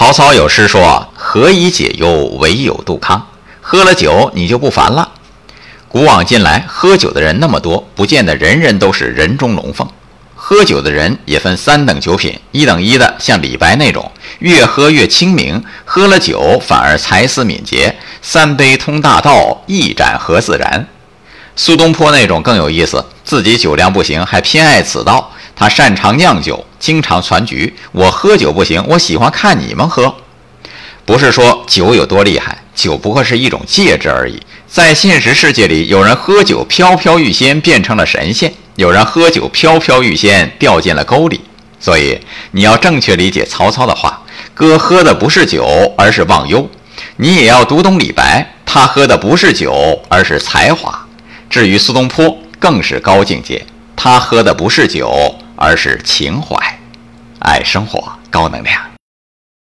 曹操有诗说：何以解忧，唯有杜康。喝了酒你就不烦了。古往今来，喝酒的人那么多，不见得人人都是人中龙凤。喝酒的人也分三等酒品，一等一的像李白那种，越喝越清明，喝了酒反而才思敏捷，三杯通大道，一盏合自然。苏东坡那种更有意思，自己酒量不行，还偏爱此道。他擅长酿酒，经常攒局。我喝酒不行，我喜欢看你们喝。不是说酒有多厉害，酒不过是一种介质而已。在现实世界里，有人喝酒飘飘欲仙，变成了神仙；有人喝酒飘飘欲仙，掉进了沟里。所以你要正确理解曹操的话，哥喝的不是酒，而是忘忧。你也要读懂李白，他喝的不是酒，而是才华。至于苏东坡，更是高境界，他喝的不是酒，而是情怀。爱生活，高能量。